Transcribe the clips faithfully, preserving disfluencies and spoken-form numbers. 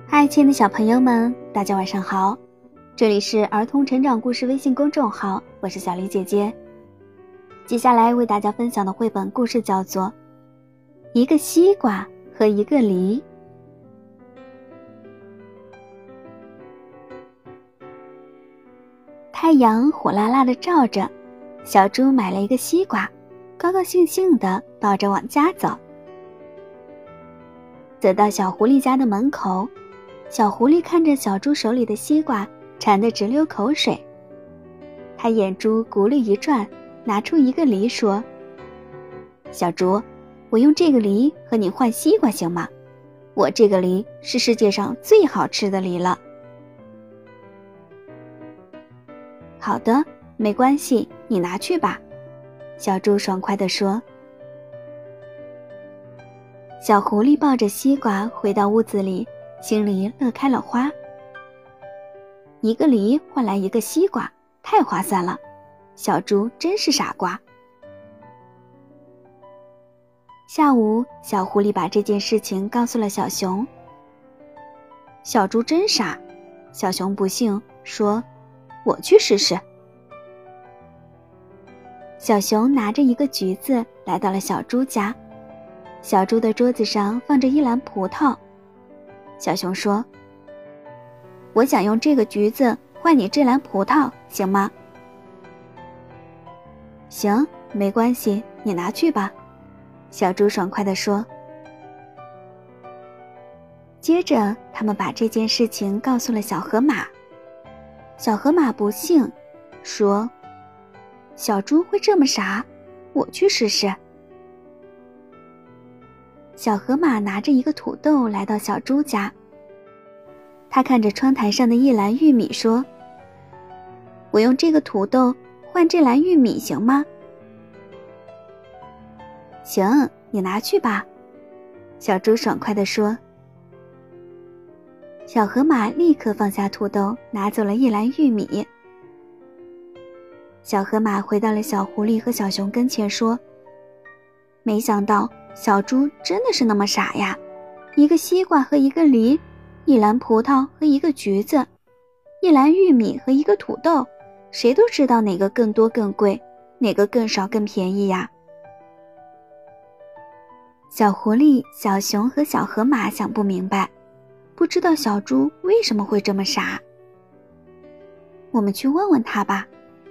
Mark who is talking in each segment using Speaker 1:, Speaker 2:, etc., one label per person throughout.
Speaker 1: 嗨，亲爱的小朋友们，大家晚上好，这里是儿童成长故事微信公众号，我是小黎姐姐。接下来为大家分享的绘本故事叫做《一个西瓜和一个梨》。太阳火辣辣地照着，小猪买了一个西瓜，高高兴兴地抱着往家走。走到小狐狸家的门口，小狐狸看着小猪手里的西瓜，馋得直流口水。他眼珠咕噜一转，拿出一个梨说：小猪，我用这个梨和你换西瓜行吗？我这个梨是世界上最好吃的梨了。好的，没关系，你拿去吧，小猪爽快地说。小狐狸抱着西瓜回到屋子里，心里乐开了花。一个梨换来一个西瓜，太划算了，小猪真是傻瓜。下午，小狐狸把这件事情告诉了小熊。小猪真傻，小熊不信，说：我去试试。小熊拿着一个橘子来到了小猪家，小猪的桌子上放着一篮葡萄。小熊说：我想用这个橘子换你这篮葡萄，行吗？行，没关系，你拿去吧，小猪爽快地说。接着他们把这件事情告诉了小河马。小河马不信，说：小猪会这么傻？我去试试。小河马拿着一个土豆来到小猪家，他看着窗台上的一篮玉米说：我用这个土豆换这篮玉米行吗？行，你拿去吧，小猪爽快地说。小河马立刻放下土豆，拿走了一篮玉米。小河马回到了小狐狸和小熊跟前说：没想到小猪真的是那么傻呀，一个西瓜和一个梨，一篮葡萄和一个橘子，一篮玉米和一个土豆，谁都知道哪个更多更贵，哪个更少更便宜呀。小狐狸、小熊和小河马想不明白，不知道小猪为什么会这么傻。我们去问问他吧。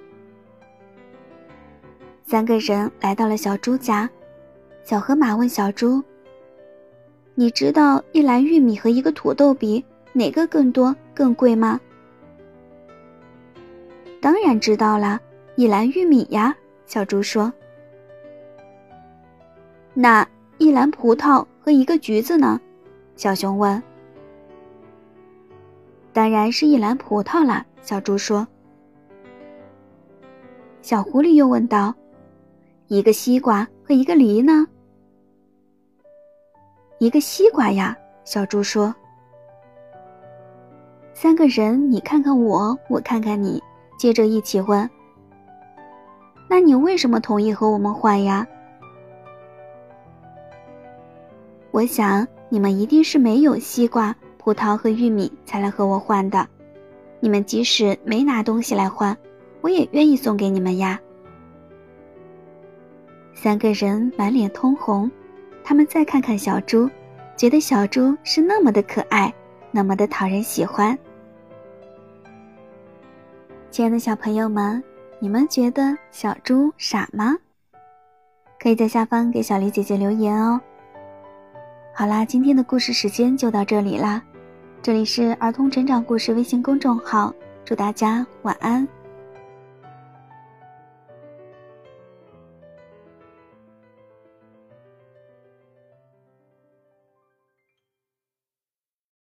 Speaker 1: 三个人来到了小猪家，小河马问小猪：你知道一篮玉米和一个土豆比，哪个更多更贵吗？当然知道了，一篮玉米呀，小猪说。那一篮葡萄和一个橘子呢？小熊问。当然是一篮葡萄了，小猪说。小狐狸又问道：一个西瓜和一个梨呢？一个西瓜呀，小猪说。三个人你看看我，我看看你，接着一起问：那你为什么同意和我们换呀？我想你们一定是没有西瓜、葡萄和玉米才来和我换的，你们即使没拿东西来换，我也愿意送给你们呀。三个人满脸通红，他们再看看小猪，觉得小猪是那么的可爱，那么的讨人喜欢。亲爱的小朋友们，你们觉得小猪傻吗？可以在下方给小黎姐姐留言哦。好啦，今天的故事时间就到这里啦，这里是儿童成长故事微信公众号，祝大家晚安。